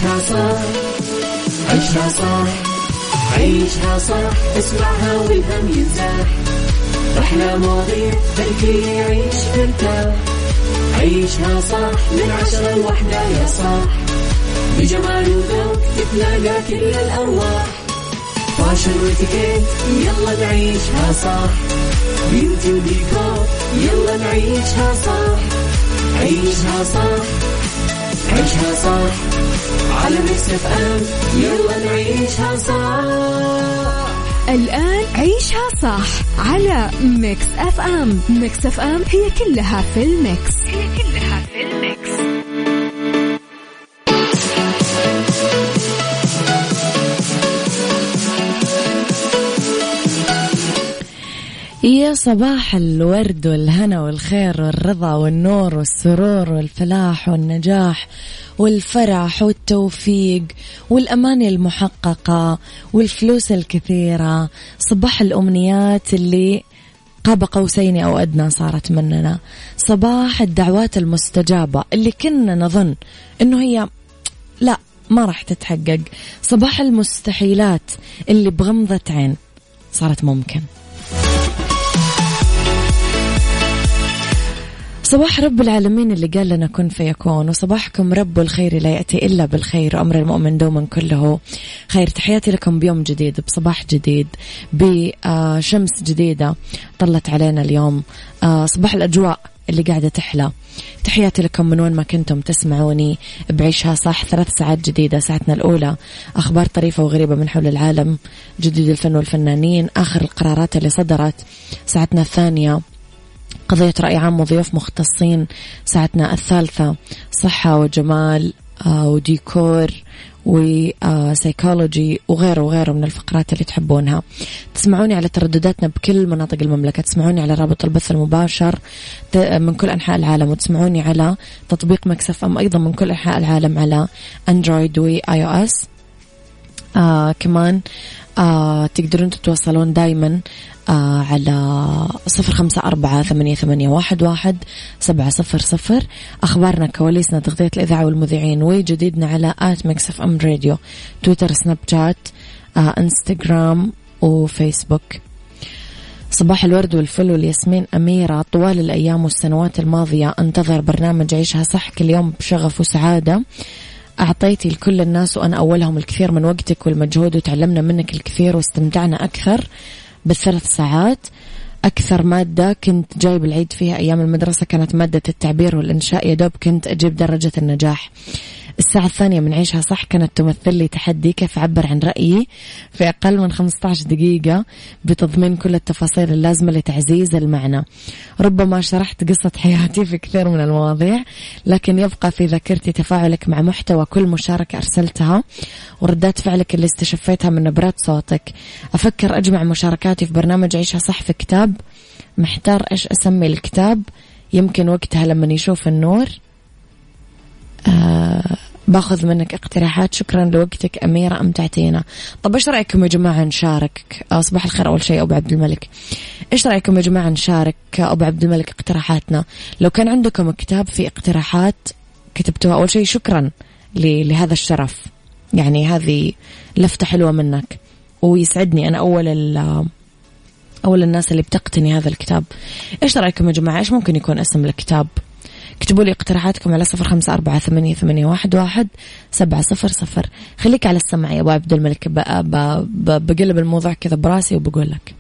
عيشها صح عيشها صح عيشها صح اسمعها والهم ينزاح أحلى مواضيع خلي يعيش مرتاح عيشها صح من 10 ل1 يا صاح بجمال وذوق تتلاقى كل الأرواح فاشل واتيكيت يلا نعيشها صح بيوتي وديكور يلا نعيشها صح عيشها صح عيشها صح على ميكس اف ام يلا نعيشها صح. الآن عيشها صح على ميكس اف ام. ميكس اف ام هي كلها في الميكس. يا صباح الورد والهنا والخير والرضا والنور والسرور والفلاح والنجاح والفرح والتوفيق والأماني المحققة والفلوس الكثيرة. صباح الأمنيات اللي قاب قوسين أو أدنى صارت مننا. صباح الدعوات المستجابة اللي كنا نظن إنه هي لا ما راح تتحقق. صباح المستحيلات اللي بغمضة عين صارت ممكن. صباح رب العالمين اللي قال لنا كن فيكون. وصباحكم رب الخير لا يأتي إلا بالخير وأمر المؤمن دوما كله خير. تحياتي لكم بيوم جديد بصباح جديد بشمس جديدة طلت علينا اليوم. صباح الأجواء اللي قاعدة تحلى. تحياتي لكم من وين ما كنتم تسمعوني بعيشها صح. 3 ساعات جديدة. ساعتنا الأولى أخبار طريفة وغريبة من حول العالم، جديد الفن والفنانين، آخر القرارات اللي صدرت. ساعتنا الثانية قضية رأي عام وضيوف مختصين. ساعتنا الثالثة صحة وجمال وديكور وسيكولوجي وغيره من الفقرات اللي تحبونها. تسمعوني على تردداتنا بكل مناطق المملكة. تسمعوني على رابط البث المباشر من كل أنحاء العالم، وتسمعوني على تطبيق ميكس اف ام أيضا من كل أنحاء العالم على أندرويد وآي أو إس. كمان تقدرون تتواصلون دايما على 0548811700. أخبارنا، كواليسنا، تغطية الإذاعة والمذيعين وجديدنا على @mixfmradio، تويتر، سناب شات، انستغرام وفيسبوك. صباح الورد والفل والياسمين أميرة. طوال الأيام والسنوات الماضية أنتظر برنامج عيشها صح كل يوم بشغف وسعادة. أعطيتي لكل الناس وأنا أولهم الكثير من وقتك والمجهود، وتعلمنا منك الكثير واستمتعنا أكثر بال3 ساعات. أكثر مادة كنت جايب العيد فيها أيام المدرسة كانت مادة التعبير والإنشاء، يدوب كنت أجيب درجة النجاح. الساعة الثانية من عيشها صح كانت تمثل لي تحدي كيف أعبر عن رأيي في أقل من 15 دقيقة بتضمين كل التفاصيل اللازمة لتعزيز المعنى. ربما شرحت قصة حياتي في كثير من المواضيع، لكن يبقى في ذاكرتي تفاعلك مع محتوى كل مشاركة أرسلتها وردات فعلك اللي استشفيتها من نبرات صوتك. أفكر أجمع مشاركاتي في برنامج عيشها صح في كتاب. محتار إيش أسمي الكتاب، يمكن وقتها لما يشوف النور. باخذ منك اقتراحات. شكرا لوقتك أميرة، أمتعتينا. طب إيش رأيكم يا جماعة نشارك؟ صباح الخير أول شيء أبو عبد الملك. إيش رأيكم يا جماعة نشارك أبو عبد الملك اقتراحاتنا؟ لو كان عندكم كتاب في اقتراحات كتبتوها أول شيء شكرا لهذا الشرف، يعني هذه لفتة حلوة منك ويسعدني. أنا أول الناس اللي بتقتني هذا الكتاب. إيش رأيكم يا جماعة؟ إيش ممكن يكون اسم الكتاب؟ اكتبوا لي اقتراحاتكم على 0548811700. خليك على السمع يا أبو عبد الملك. بقلب الموضوع كذا براسي وبقول لك.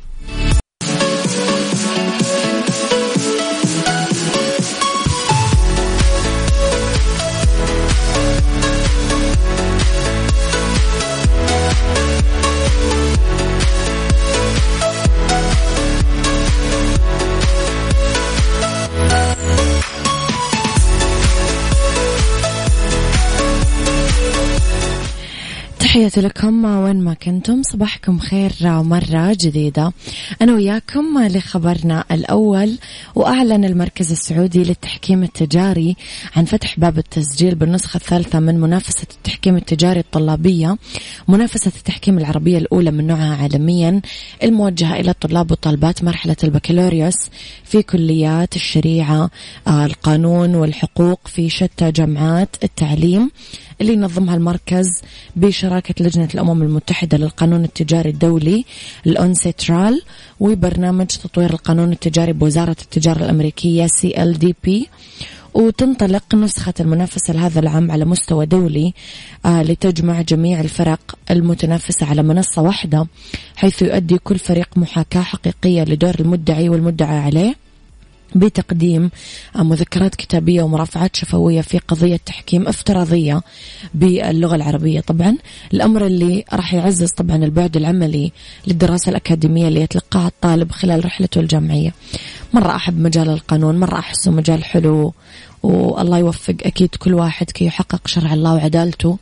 تحياتي لكم وين ما كنتم. صباحكم خير مرة جديدة. أنا وياكم لخبرنا الأول. وأعلن المركز السعودي للتحكيم التجاري عن فتح باب التسجيل بالنسخة الثالثة من منافسة التحكيم التجاري الطلابية، منافسة التحكيم العربية الأولى من نوعها عالميا، الموجهة إلى طلاب وطالبات مرحلة البكالوريوس في كليات الشريعة، القانون والحقوق في شتى جامعات التعليم اللي ينظمها المركز بشراكة لجنة الأمم المتحدة للقانون التجاري الدولي الأونسيترال وبرنامج تطوير القانون التجاري بوزارة التجارة الأمريكية CLDP. وتنطلق نسخة المنافسة لهذا العام على مستوى دولي لتجمع جميع الفرق المتنافسة على منصة واحدة، حيث يؤدي كل فريق محاكاة حقيقية لدور المدعي والمدعى عليه بتقديم مذكرات كتابية ومرافعات شفوية في قضية تحكيم افتراضية باللغة العربية. طبعا الأمر اللي راح يعزز طبعا البعد العملي للدراسة الأكاديمية اللي يتلقاها الطالب خلال رحلته الجامعية. مرة أحب مجال القانون، مرة أحسه مجال حلو، والله يوفق أكيد كل واحد كي يحقق شرع الله وعدالته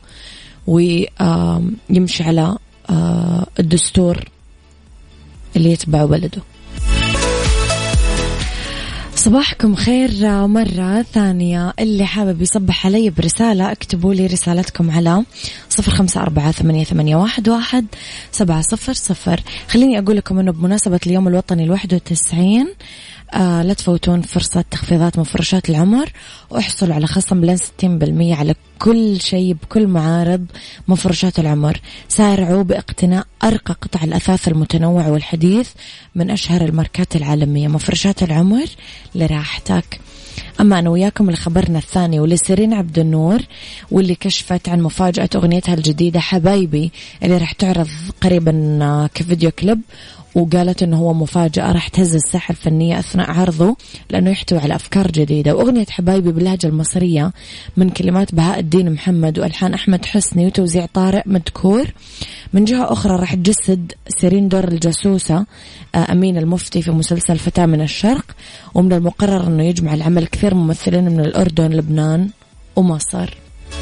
ويمشي على الدستور اللي يتبعه بلده. صباحكم خير مرة ثانية. اللي حابب يصبح علي برسالة اكتبوا لي رسالتكم على 0548811700. خليني أقول لكم أنه بمناسبة اليوم الوطني 91 لا تفوتون فرصة تخفيضات مفروشات العمر واحصلوا على خصم لين 60% على كل شيء بكل معارض مفروشات العمر. سارعوا باقتناء أرقى قطع الأثاث المتنوع والحديث من أشهر الماركات العالمية. مفروشات العمر لراحتك. أما أنا وياكم لخبرنا الثاني ولسيرين عبد النور واللي كشفت عن مفاجأة أغنيتها الجديدة حبايبي اللي راح تعرض قريبا كفيديو كليب، وقالت أنه هو مفاجأة راح تهز الساحة الفنية أثناء عرضه لأنه يحتوي على أفكار جديدة. وأغنية حبايبي باللهجة المصرية من كلمات بهاء الدين محمد وألحان أحمد حسني وتوزيع طارق مدكور. من جهة أخرى راح تجسد سيرين دور الجاسوسة أمين المفتي في مسلسل فتاة من الشرق، ومن المقرر أنه يجمع العمل كثير ممثلين من الأردن لبنان ومصر.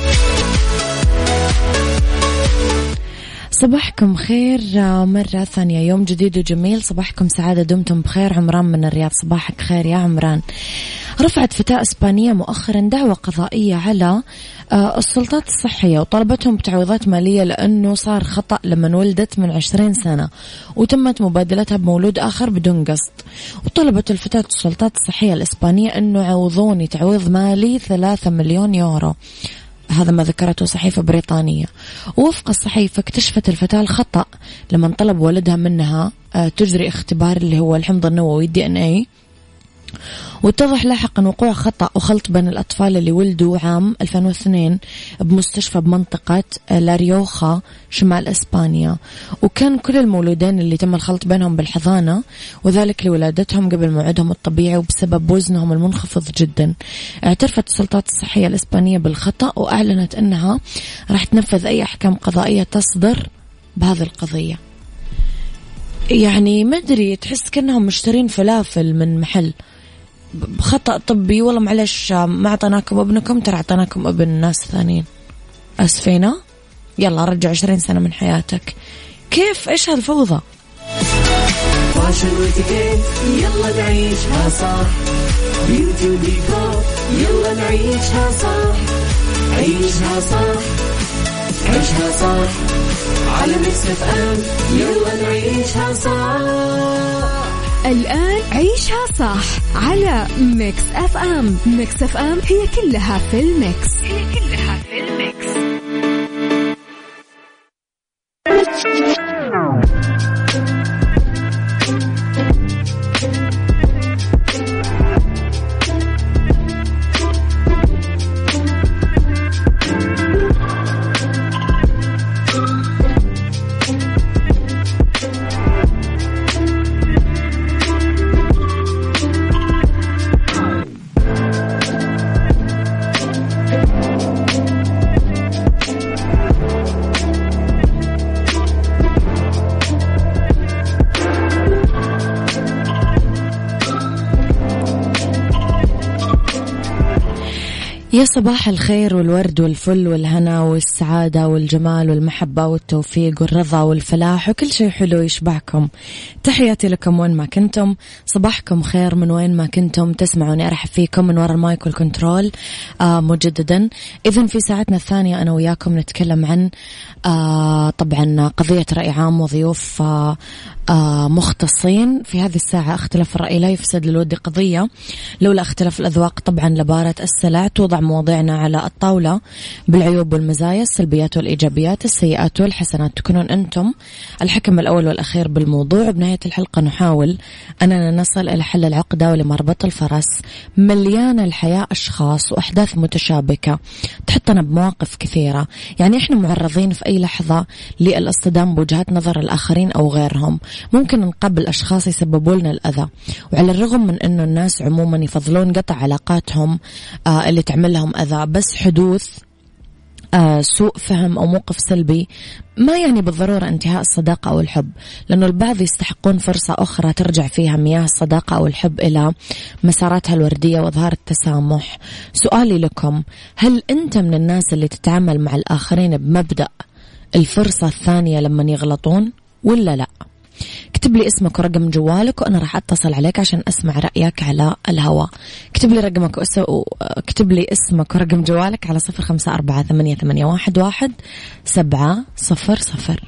صباحكم خير مرة ثانية، يوم جديد وجميل، صباحكم سعادة، دمتم بخير. عمران من الرياض، صباحك خير يا عمران. رفعت فتاة إسبانية مؤخرا دعوى قضائية على السلطات الصحية وطلبتهم بتعويضات مالية لأنه صار خطأ لما ولدت من 20 سنة وتمت مبادلتها بمولود آخر بدون قصد. وطلبت الفتاة السلطات الصحية الإسبانية أنه يعوضوني تعويض مالي 3 مليون يورو. هذا ما ذكرته صحيفة بريطانية. ووفق الصحيفة اكتشفت الفتاة الخطأ لما طلب والدها منها تجري اختبار اللي هو الحمض النووي DNA، واتضح لاحقا وقوع خطأ وخلط بين الأطفال اللي ولدوا عام 2002 بمستشفى بمنطقة لاريوخا شمال إسبانيا، وكان كل المولودين اللي تم الخلط بينهم بالحضانة، وذلك لولادتهم قبل موعدهم الطبيعي وبسبب وزنهم المنخفض جدا. اعترفت السلطات الصحية الإسبانية بالخطأ وأعلنت أنها راح تنفذ أي أحكام قضائية تصدر بهذه القضية. يعني ما أدري، تحس كأنهم مشترين فلافل من محل بخطأ طبي. والله معلش ما أعطيناكم ابنكم، ترى أعطيناكم ابن ناس ثانيين، أسفينا، يلا رجع 20 سنة من حياتك. كيف؟ إيش هالفوضى؟ فاشل واتيكيت يلا نعيشها صح، بيوتي وديكور يلا نعيشها صح، عيشها صح عيشها صح على ميكس اف ام، يلا نعيشها صح. الآن عيشها صح على ميكس اف ام. ميكس اف ام هي كلها في الميكس، هي كلها في الميكس. يا صباح الخير والورد والفل والهنا والسعادة والجمال والمحبة والتوفيق والرضا والفلاح وكل شيء حلو يشبعكم. تحياتي لكم وين ما كنتم، صباحكم خير من وين ما كنتم تسمعوني. أرحب فيكم من وراء المايك والكنترول مجددا. إذن في ساعتنا الثانية أنا وياكم نتكلم عن طبعا قضية رأي عام وضيوف مختصين. في هذه الساعة اختلاف الرأي لا يفسد للود قضية، لولا اختلاف الأذواق طبعا لبارة السلع. توضع مواضيعنا على الطاولة بالعيوب والمزايا، السلبيات والإيجابيات، السيئات والحسنات. تكونون أنتم الحكم الأول والأخير بالموضوع. بنهاية الحلقة نحاول أننا نصل إلى حل العقدة ولمربط الفرس. مليانة الحياة أشخاص وأحداث متشابكة تحطنا بمواقف كثيرة، يعني إحنا معرضين في أي لحظة للاصطدام بوجهات نظر الآخرين أو غيرهم. ممكن نقابل أشخاص يسببوا لنا الأذى، وعلى الرغم من أنه الناس عموما يفضلون قطع علاقاتهم اللي تعمل لهم أذى، بس حدوث سوء فهم أو موقف سلبي ما يعني بالضرورة انتهاء الصداقة أو الحب، لأنه البعض يستحقون فرصة أخرى ترجع فيها مياه الصداقة أو الحب إلى مساراتها الوردية وإظهار التسامح. سؤالي لكم، هل أنت من الناس اللي تتعامل مع الآخرين بمبدأ الفرصة الثانية لما يغلطون ولا لا؟ اكتب لي اسمك ورقم جوالك وأنا راح أتصل عليك عشان أسمع رأيك على الهواء. اكتب لي رقمك اكتب لي اسمك ورقم جوالك على 0548811700.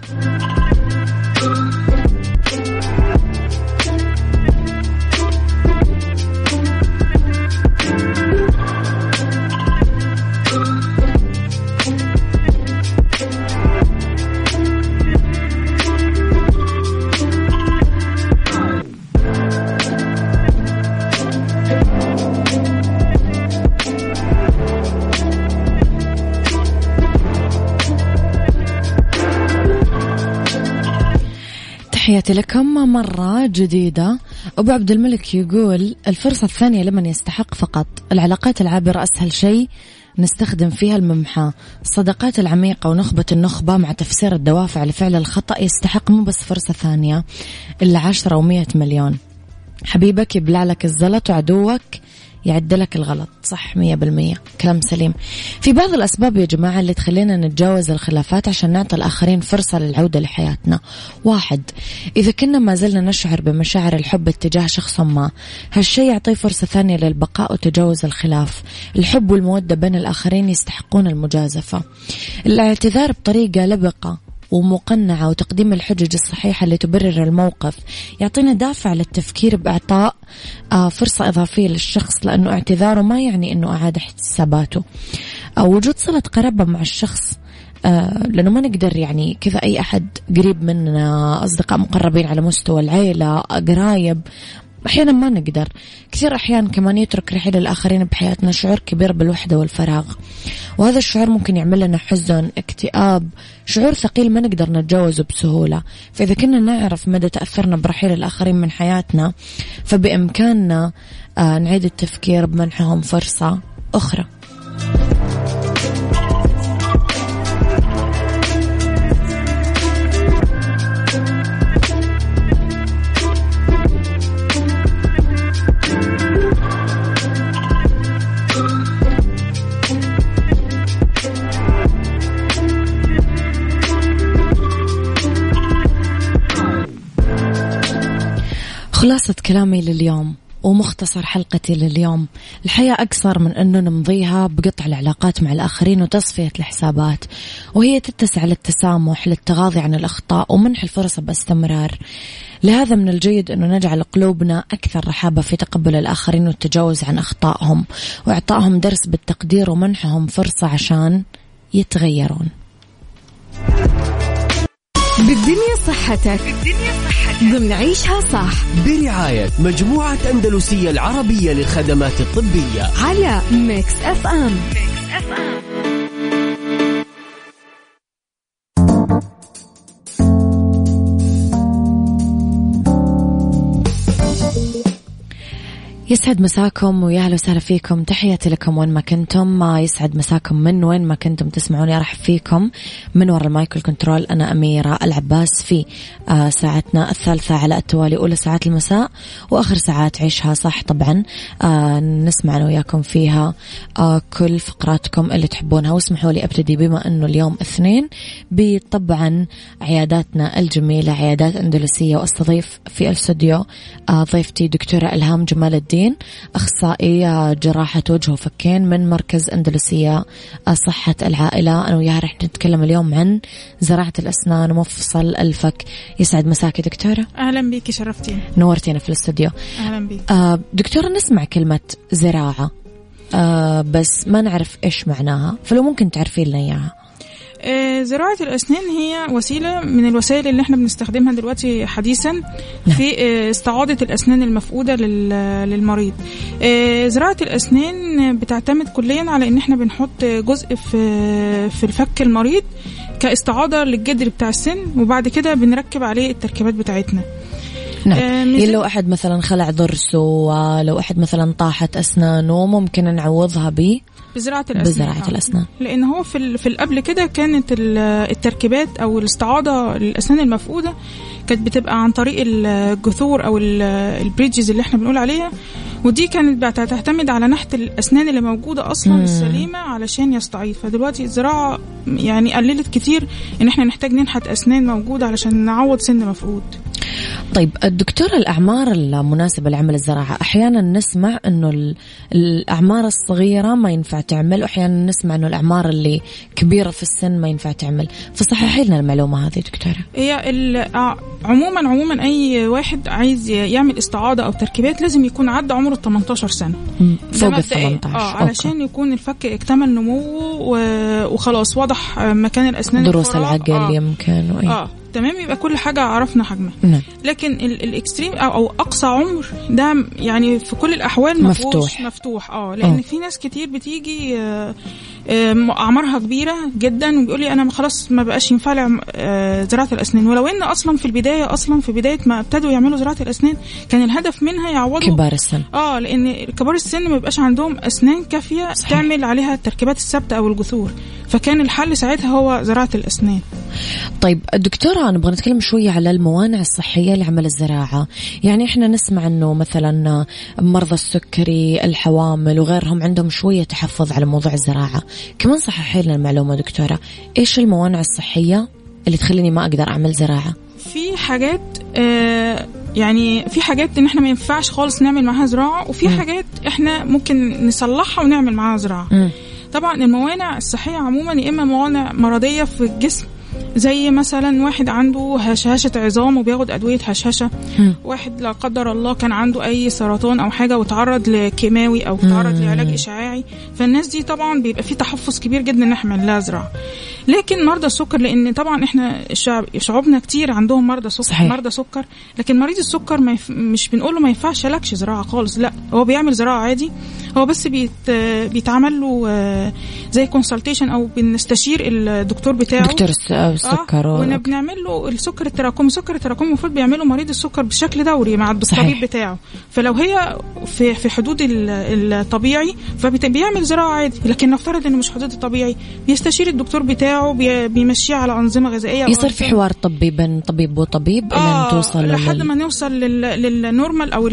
تحياتي لكم مرة جديدة. أبو عبد الملك يقول الفرصة الثانية لمن يستحق فقط. العلاقات العابرة أسهل شيء نستخدم فيها الممحى. الصداقات العميقة ونخبة النخبة مع تفسير الدوافع لفعل الخطأ يستحق مو بس فرصة ثانية إلا 10 و100 مليون. حبيبك يبلع لك الزلط وعدوك يعدلك الغلط. صح 100%، كلام سليم. في بعض الأسباب يا جماعة اللي تخلينا نتجاوز الخلافات عشان نعطي الآخرين فرصة للعودة لحياتنا. 1. إذا كنا ما زلنا نشعر بمشاعر الحب اتجاه شخص ما، هالشي يعطي فرصة ثانية للبقاء وتجاوز الخلاف. الحب والمودة بين الآخرين يستحقون المجازفة. الاعتذار بطريقة لبقة ومقنعة وتقديم الحجج الصحيحة اللي تبرر الموقف يعطينا دافع للتفكير بإعطاء فرصة إضافية للشخص، لأنه اعتذاره ما يعني أنه أعاد حساباته. وجود صلة قرابة مع الشخص، لأنه ما نقدر يعني كذا أي أحد قريب مننا، أصدقاء مقربين على مستوى العيلة، قرايب، أحيانا ما نقدر. كثير أحيان كمان يترك رحيل الآخرين بحياتنا شعور كبير بالوحدة والفراغ، وهذا الشعور ممكن يعمل لنا حزن، اكتئاب، شعور ثقيل ما نقدر نتجاوزه بسهولة. فإذا كنا نعرف مدى تأثرنا برحيل الآخرين من حياتنا، فبإمكاننا نعيد التفكير بمنحهم فرصة أخرى. خلاصة كلامي لليوم ومختصر حلقتي لليوم، الحياة أقصر من أنه نمضيها بقطع العلاقات مع الآخرين وتصفية الحسابات، وهي تتسع للتسامح، للتغاضي عن الأخطاء ومنح الفرصة باستمرار. لهذا من الجيد أنه نجعل قلوبنا أكثر رحابة في تقبل الآخرين والتجاوز عن أخطائهم وإعطائهم درس بالتقدير ومنحهم فرصة عشان يتغيرون. بالدنيا صحتك ضمن عيشها صح برعاية مجموعة أندلسية العربية للخدمات الطبية على ميكس اف ام. يسعد مساكم ويا اهلا وسهلا فيكم. تحياتي لكم وين ما كنتم، يسعد مساكم من وين ما كنتم تسمعوني. ارحب فيكم من وراء المايك والكنترول، انا أميرة العباس في ساعتنا الثالثة على التوالي، اولى ساعات المساء واخر ساعات عيشها صح. طبعا نسمع انا وياكم فيها كل فقراتكم اللي تحبونها. واسمحوا لي ابتدي بما انه اليوم اثنين بطبعا عياداتنا الجميلة، عيادات أندلسية، واستضيف في الاستوديو ضيفتي دكتورة إلهام جمال الدين، أخصائية جراحة وجه وفكين من مركز أندلسية صحة العائلة. أنا وياها رح نتكلم اليوم عن زراعة الأسنان ومفصل الفك. يسعد مساكي دكتورة. أهلا بيكي، شرفتين، نورتينا في الاستوديو. أهلا بيك دكتورة. نسمع كلمة زراعة، بس ما نعرف إيش معناها، فلو ممكن تعرفين لنا إياها. زراعة الأسنان هي وسيلة من الوسائل اللي احنا بنستخدمها دلوقتي حديثا في استعاضة الأسنان المفقودة للمريض. زراعة الأسنان بتعتمد كليا على ان احنا بنحط جزء في الفك المريض كاستعاضة للجدر بتاع السن، وبعد كده بنركب عليه التركيبات بتاعتنا. نعم. لو أحد مثلا خلع ضرسه، لو أحد مثلا طاحت أسنانه، ممكن نعوضها بزراعة الأسنان. لأن هو في القبل كده كانت التركيبات أو الاستعاضة للأسنان المفقودة كانت بتبقى عن طريق الجذور أو البريدجز اللي احنا بنقول عليها، ودي كانت بتعتمد على نحت الأسنان اللي موجودة أصلا السليمة علشان يستعيد. فدلوقتي الزراعة يعني قللت كتير إن احنا نحتاج ننحت أسنان موجودة علشان نعوض سن مفقود. طيب الدكتورة، الأعمار المناسبة لعمل الزراعة، أحيانا نسمع أنه الأعمار الصغيرة ما ينفع تعمل، وأحيانا نسمع أنه الأعمار اللي كبيرة في السن ما ينفع تعمل، فصححي لنا المعلومة هذه دكتورة. هي عموما أي واحد عايز يعمل استعاضة أو تركيبات لازم يكون عدى عمره 18 سنة فوق ال 18 علشان يكون الفك اكتمل نموه وخلاص وضح مكان الأسنان، ضروس العقل يمكن تمام، يبقى كل حاجة عرفنا حجمها. لكن الاكستريم أو أقصى عمر ده يعني في كل الأحوال مفتوح. لأن في ناس كتير بتيجي أعمارها كبيرة جدا وبيقولي أنا خلاص ما بقاش ينفع زراعة الأسنان، ولو إن أصلا في بداية ما ابتدوا يعملوا زراعة الأسنان كان الهدف منها يعوضوا كبار السن. لأن كبار السن ما بيبقاش عندهم أسنان كافية تعمل عليها التركيبات الثابتة أو الجذور، فكان الحل ساعتها هو زراعة الأسنان. طيب الدكتورة، نبغى نتكلم شوية على الموانع الصحية لعمل الزراعة. يعني إحنا نسمع أنه مثلا مرضى السكري، الحوامل وغيرهم عندهم شوية تحفظ على موضوع الزراعة. كمان صححي لنا المعلومة دكتورة، إيش الموانع الصحية اللي تخليني ما أقدر أعمل زراعة؟ في حاجات يعني في حاجات إن إحنا ما ينفعش خالص نعمل معها زراعة، وفي حاجات إحنا ممكن نصلحها ونعمل معها زراعة. طبعا الموانع الصحية عموما يا إما موانع مرضية في الجسم، زي مثلا واحد عنده هشاشة عظام وبياخد أدوية هشاشة، واحد لا قدر الله كان عنده أي سرطان أو حاجة وتعرض لكيماوي أو تعرض لعلاج إشعاعي، فالناس دي طبعا بيبقى فيه تحفظ كبير جدا نحمل لها زراعة. لكن مرضى السكر، لأن طبعا إحنا شعوبنا كتير عندهم مرضى سكر، لكن مريض السكر مش بنقوله ما ينفعش لكش زراعة خالص، لا، هو بيعمل زراعة عادي، هو بس بيتعمل له زي كونسلتيشن أو بنستشير الدكتور بتاعه، دكتور السكر، ونبنعمل له السكر التراكمي المفروض بيعمله مريض السكر بشكل دوري مع الطبيب بتاعه، فلو هي في حدود الطبيعي فبيعمل زراعة عادي. لكن نفترض إنه مش حدود الطبيعي، بيستشير الدكتور بتاعه، بيمشيه على أنظمة غذائية، يصير في حوار طبي بين طبيب وطبيب إلى توصل لحد ما نوصل للنورمال أو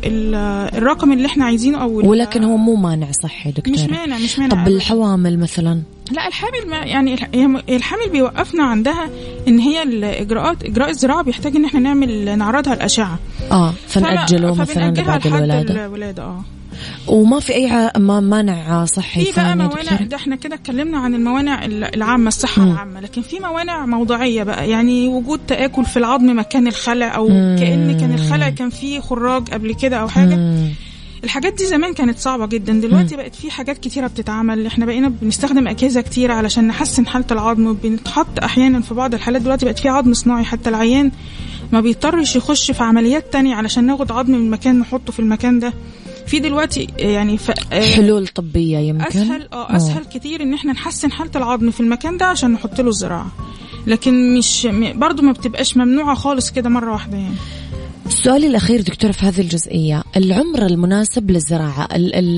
الرقم اللي احنا عايزينه ولكن هو مو مانع صحي دكتور. مش مانع. طب الحوامل مثلا؟ لا، الحامل يعني الحامل بيوقفنا عندها ان هي اجراء الزراعة بيحتاج ان احنا نعرضها الأشعة فنأجله مثلا بعد الولادة. وما في أي مانع صحي في بقى موانع. ده احنا كده اتكلمنا عن الموانع العامة، الصحة العامة، لكن في موانع موضعية بقى، يعني وجود تآكل في العظم مكان الخلع، أو كأن كان الخلع كان فيه خراج قبل كده أو حاجة. الحاجات دي زمان كانت صعبة جدا، دلوقتي بقت في حاجات كتيرة بتتعمل. احنا بقينا بنستخدم أجهزة كتيرة علشان نحسن حالة العظم، بنتحط أحيانا في بعض الحالات دلوقتي بقت في عظم صناعي، حتى العيان ما بيضطرش يخش في عمليات تانية علشان ناخد عظم من مكان نحطه في المكان ده. في دلوقتي يعني حلول طبية يمكن أسهل كتير إن احنا نحسن حالة العظم في المكان ده عشان نحط له الزراعة، لكن مش برضو ما بتبقاش ممنوعة خالص كده مرة واحدة. يعني السؤال الأخير دكتورة في هذه الجزئية، العمر المناسب للزراعة،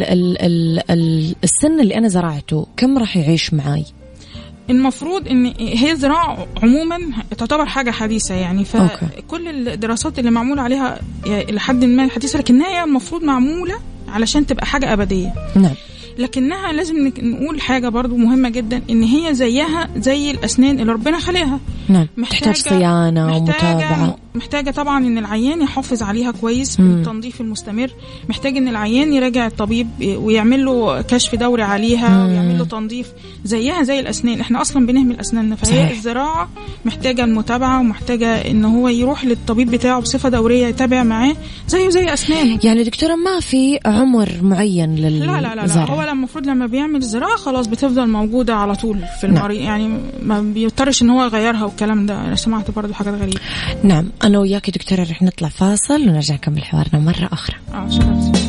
السن اللي أنا زرعته كم راح يعيش معاي؟ المفروض ان هي زراعة عموما تعتبر حاجة حديثة، يعني فكل الدراسات اللي معمولة عليها لحد ما حديثة، لكنها هي المفروض معمولة علشان تبقى حاجة أبدية. نعم. لكنها لازم نقول حاجة برضو مهمة جدا، ان هي زيها زي الأسنان اللي ربنا خلقها. نعم. تحتاج صيانة ومتابعة. محتاجة طبعا إن العيان يحافظ عليها كويس بالتنظيف المستمر. محتاج إن العيان يراجع الطبيب ويعمل له كشف دوري عليها ويعمل له تنظيف زيها زي الأسنان. إحنا أصلا بنهمل أسناننا. فهي الزراعة محتاجة المتابعة ومحتاجة إن هو يروح للطبيب بتاعه بصفة دورية يتابع معاه زيه زي أسنانه. يعني دكتورة ما في عمر معين للزراعة؟ لا هو المفروض لما بيعمل زراعة خلاص بتفضل موجودة على طول في المريض. يعني ما بيضطرش إن هو يغيرها والكلام ده. أنا سمعت برضو حاجات غريبة. نعم. أنا وياك دكتورة رح نطلع فاصل ونرجع نكمل حوارنا مرة أخرى. شكرا.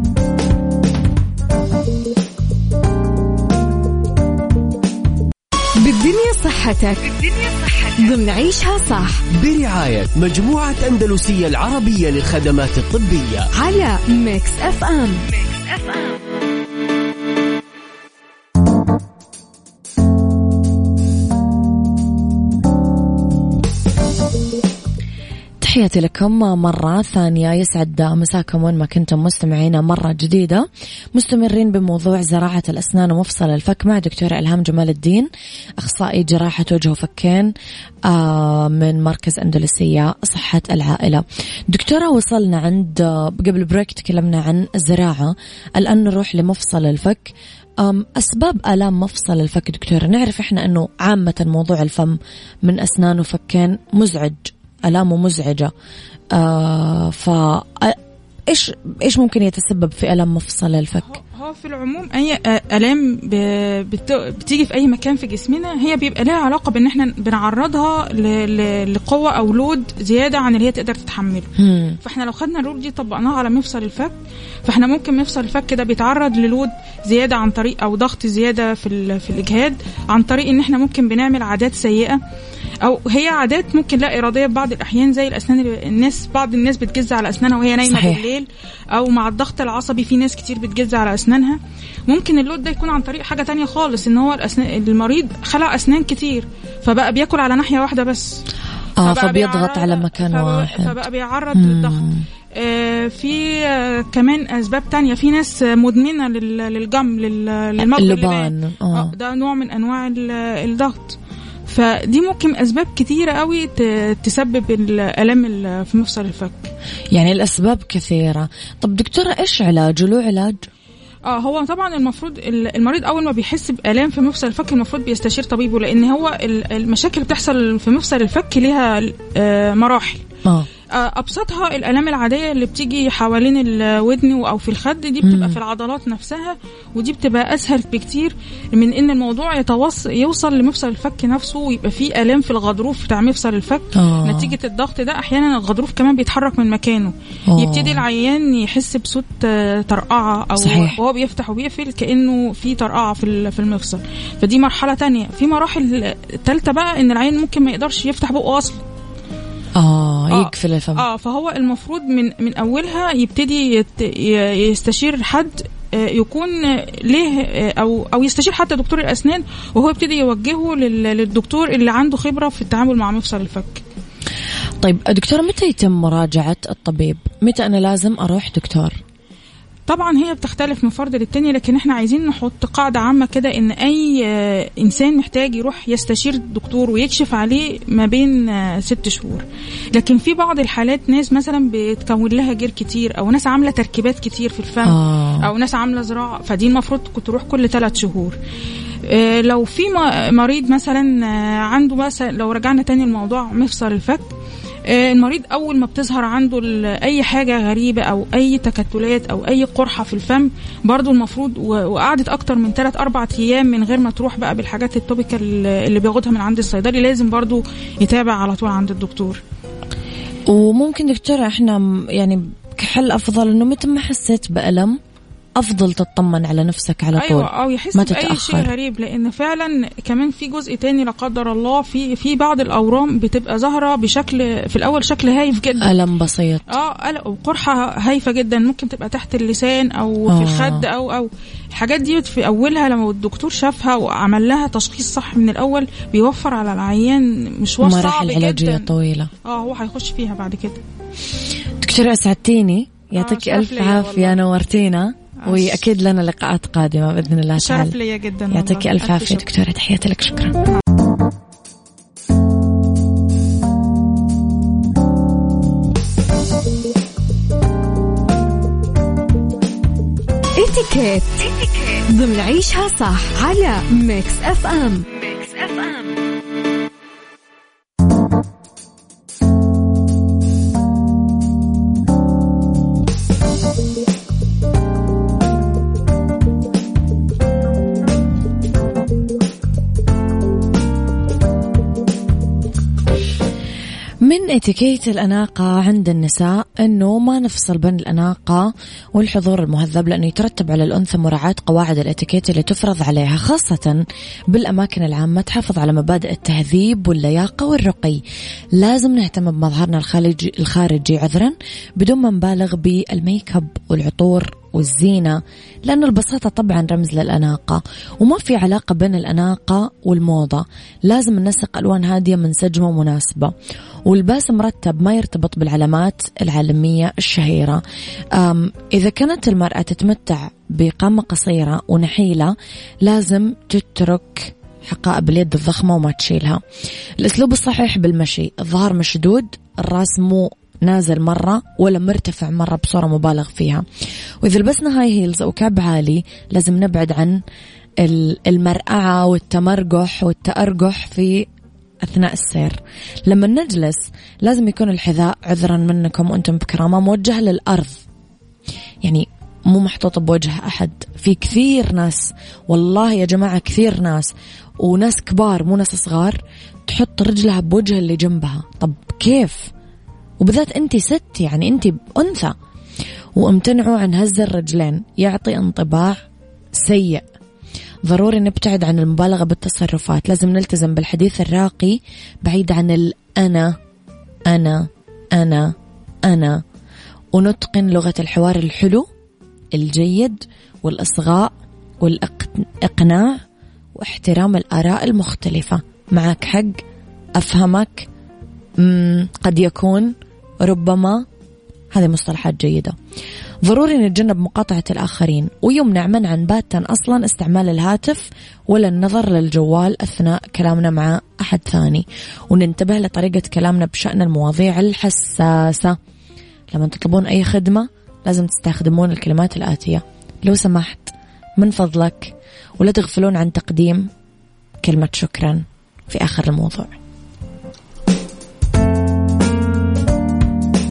بالدنيا صحتك ضمن عيشها صح برعاية مجموعة أندلسية العربية للخدمات الطبية على ميكس اف ام. تحياتي لكم مرة ثانية. يسعد مساكم وين ما كنتم مستمعينا مرة جديدة. مستمرين بموضوع زراعة الأسنان ومفصل الفك مع دكتورة إلهام جمال الدين، أخصائي جراحة وجه وفكين من مركز أندلسية صحة العائلة. دكتورة وصلنا عند قبل بريك تكلمنا عن الزراعة، الآن نروح لمفصل الفك. أسباب آلام مفصل الفك دكتورة. نعرف إحنا أنه عامة موضوع الفم من أسنان وفكين مزعج، آلامه مزعجة. إيش ممكن يتسبب في آلام مفصل الفك؟ هو في العموم أي آلام بتيجي في أي مكان في جسمنا هي بيبقى لها علاقة بأن احنا بنعرضها لقوة أو لود زيادة عن اللي هي تقدر تتحمله. فاحنا لو خدنا اللود دي طبقناها على مفصل الفك، فاحنا ممكن مفصل الفك ده بيتعرض للود زيادة عن طريق أو ضغط زيادة في الإجهاد، عن طريق إن احنا ممكن بنعمل عادات سيئة أو هي عادات ممكن لا إرادية بعض الأحيان، زي الأسنان. بعض الناس بتجز على أسنانها وهي نايمة بالليل، أو مع الضغط العصبي في ناس كتير بتجز على أسنانها. ممكن اللود ده يكون عن طريق حاجة تانية خالص، إن هو المريض خلع أسنان كتير فبقى بيأكل على ناحية واحدة بس، فبيضغط على مكان واحد، فبقى بيعرض للضغط. في كمان أسباب تانية. في ناس مدمنة للجم للمضغ، ده نوع من أنواع الضغط. فدي ممكن أسباب كتيرة قوي تسبب الألم في مفصل الفك. يعني الأسباب كثيرة. طب دكتورة إيش علاجه؟ له علاج؟ هو طبعا المفروض المريض أول ما بيحس بآلام في مفصل الفك المفروض بيستشير طبيبه، لأن هو المشاكل بتحصل في مفصل الفك ليها مراحل. أبسطها الآلام العادية اللي بتيجي حوالين الودن أو في الخد، دي بتبقى في العضلات نفسها، ودي بتبقى أسهل بكتير من إن الموضوع يوصل لمفصل الفك نفسه ويبقى فيه آلام في الغضروف بتاع مفصل الفك. نتيجة الضغط ده أحيانا الغضروف كمان بيتحرك من مكانه. يبتدي العيان يحس بصوت طرقعة أو صحيح. وهو بيفتح وبيقفل كأنه في طرقعة في المفصل. فدي مرحلة تانية. في مراحل تالتة بقى إن العيان ممكن ما يقدرش يفتح بقه أصلا، يقفل الفم. فهو المفروض من أولها يبتدي يستشير حد يكون له أو يستشير حتى دكتور الأسنان، وهو يبتدي يوجهه للدكتور اللي عنده خبرة في التعامل مع مفصل الفك. طيب دكتورة، متى يتم مراجعة الطبيب؟ متى أنا لازم أروح دكتور؟ طبعا هي بتختلف من فرد للتاني، لكن احنا عايزين نحط قاعدة عامة كده ان اي انسان محتاج يروح يستشير دكتور ويكشف عليه ما بين 6 شهور. لكن في بعض الحالات ناس مثلا بتكون لها جير كتير، او ناس عاملة تركيبات كتير في الفم، او ناس عاملة زراعة، فدي المفروض تروح كل 3 شهور. لو في مريض مثلا عنده مثلا، لو رجعنا تاني الموضوع مفصل الفك، المريض أول ما بتظهر عنده أي حاجة غريبة أو أي تكتلات أو أي قرحة في الفم، برضو المفروض وقعدت أكتر من 3-4 أيام من غير ما تروح بقى بالحاجات التوبيكال اللي بياخدها من عند الصيدلي، لازم برضو يتابع على طول عند الدكتور. وممكن دكتورة احنا يعني كحل أفضل إنه متى ما حسيت بألم أفضل تطمن على نفسك على طول. أيوة، أو يحس بأي شيء غريب، لأن فعلا كمان في جزء تاني لا قدر الله في بعض الأورام بتبقى ظاهرة بشكل في الأول شكل هايف جدا، ألم بسيط، وقرحة هايفة جدا، ممكن تبقى تحت اللسان أو في الخد أو الحاجات دي في أولها. لما الدكتور شافها وعمل لها تشخيص صح من الأول بيوفر على العيان مشوار صعب جدا، مراحل علاجية طويلة. هو هيخش فيها بعد كده. دكتورة أسعدتيني، يعطيك ألف عافية، نورتينا، وأكيد لنا لقاءات قادمة بإذن الله تعالى. شرف لي جدا، يعطيك ألف عافية دكتورة، تحياتي لك، شكرا. اتيكيت ضمن عيشها صح على ميكس اف ام. من اتيكيت الأناقة عند النساء أنه ما نفصل بين الأناقة والحضور المهذب، لأنه يترتب على الأنثى مراعاة قواعد الاتيكيت اللي تفرض عليها، خاصة بالأماكن العامة، تحافظ على مبادئ التهذيب واللياقة والرقي. لازم نهتم بمظهرنا الخارجي بدون ما نبالغ بالميك اب والعطور والزينة، لأن البساطة طبعا رمز للأناقة، وما في علاقة بين الأناقة والموضة. لازم ننسق ألوان هادية منسجمة ومناسبة، واللباس مرتب ما يرتبط بالعلامات العالمية الشهيرة. إذا كانت المرأة تتمتع بقامة قصيرة ونحيلة، لازم تترك حقائب اليد الضخمة وما تشيلها. الأسلوب الصحيح بالمشي: الظهر مشدود، الرأس مو نازل مرة ولا مرتفع مرة بصورة مبالغ فيها. وإذا لبسنا هاي هيلز أو كعب عالي، لازم نبعد عن المرقعة والتمرجح والتأرجح في أثناء السير. لما نجلس لازم يكون الحذاء، عذرا منكم وأنتم بكرامة، موجه للأرض، يعني مو محطوط بوجه أحد. في كثير ناس، والله يا جماعة كثير ناس، وناس كبار مو ناس صغار، تحط رجلها بوجه اللي جنبها. طب كيف؟ وبذات أنت ست، يعني أنت أنثى. وامتنعوا عن هز الرجلين، يعطي انطباع سيء. ضروري نبتعد عن المبالغة بالتصرفات. لازم نلتزم بالحديث الراقي بعيد عن الأنا أنا أنا أنا، ونتقن لغة الحوار الحلو الجيد والإصغاء والإقناع واحترام الآراء المختلفة. معك حق، أفهمك، قد يكون، ربما، هذه مصطلحات جيدة. ضروري نتجنب مقاطعة الآخرين، ويمنع منعا باتا أصلا استعمال الهاتف ولا النظر للجوال أثناء كلامنا مع أحد ثاني. وننتبه لطريقة كلامنا بشأن المواضيع الحساسة. لما تطلبون أي خدمة لازم تستخدمون الكلمات الآتية: لو سمحت، من فضلك، ولا تغفلون عن تقديم كلمة شكرا في آخر الموضوع.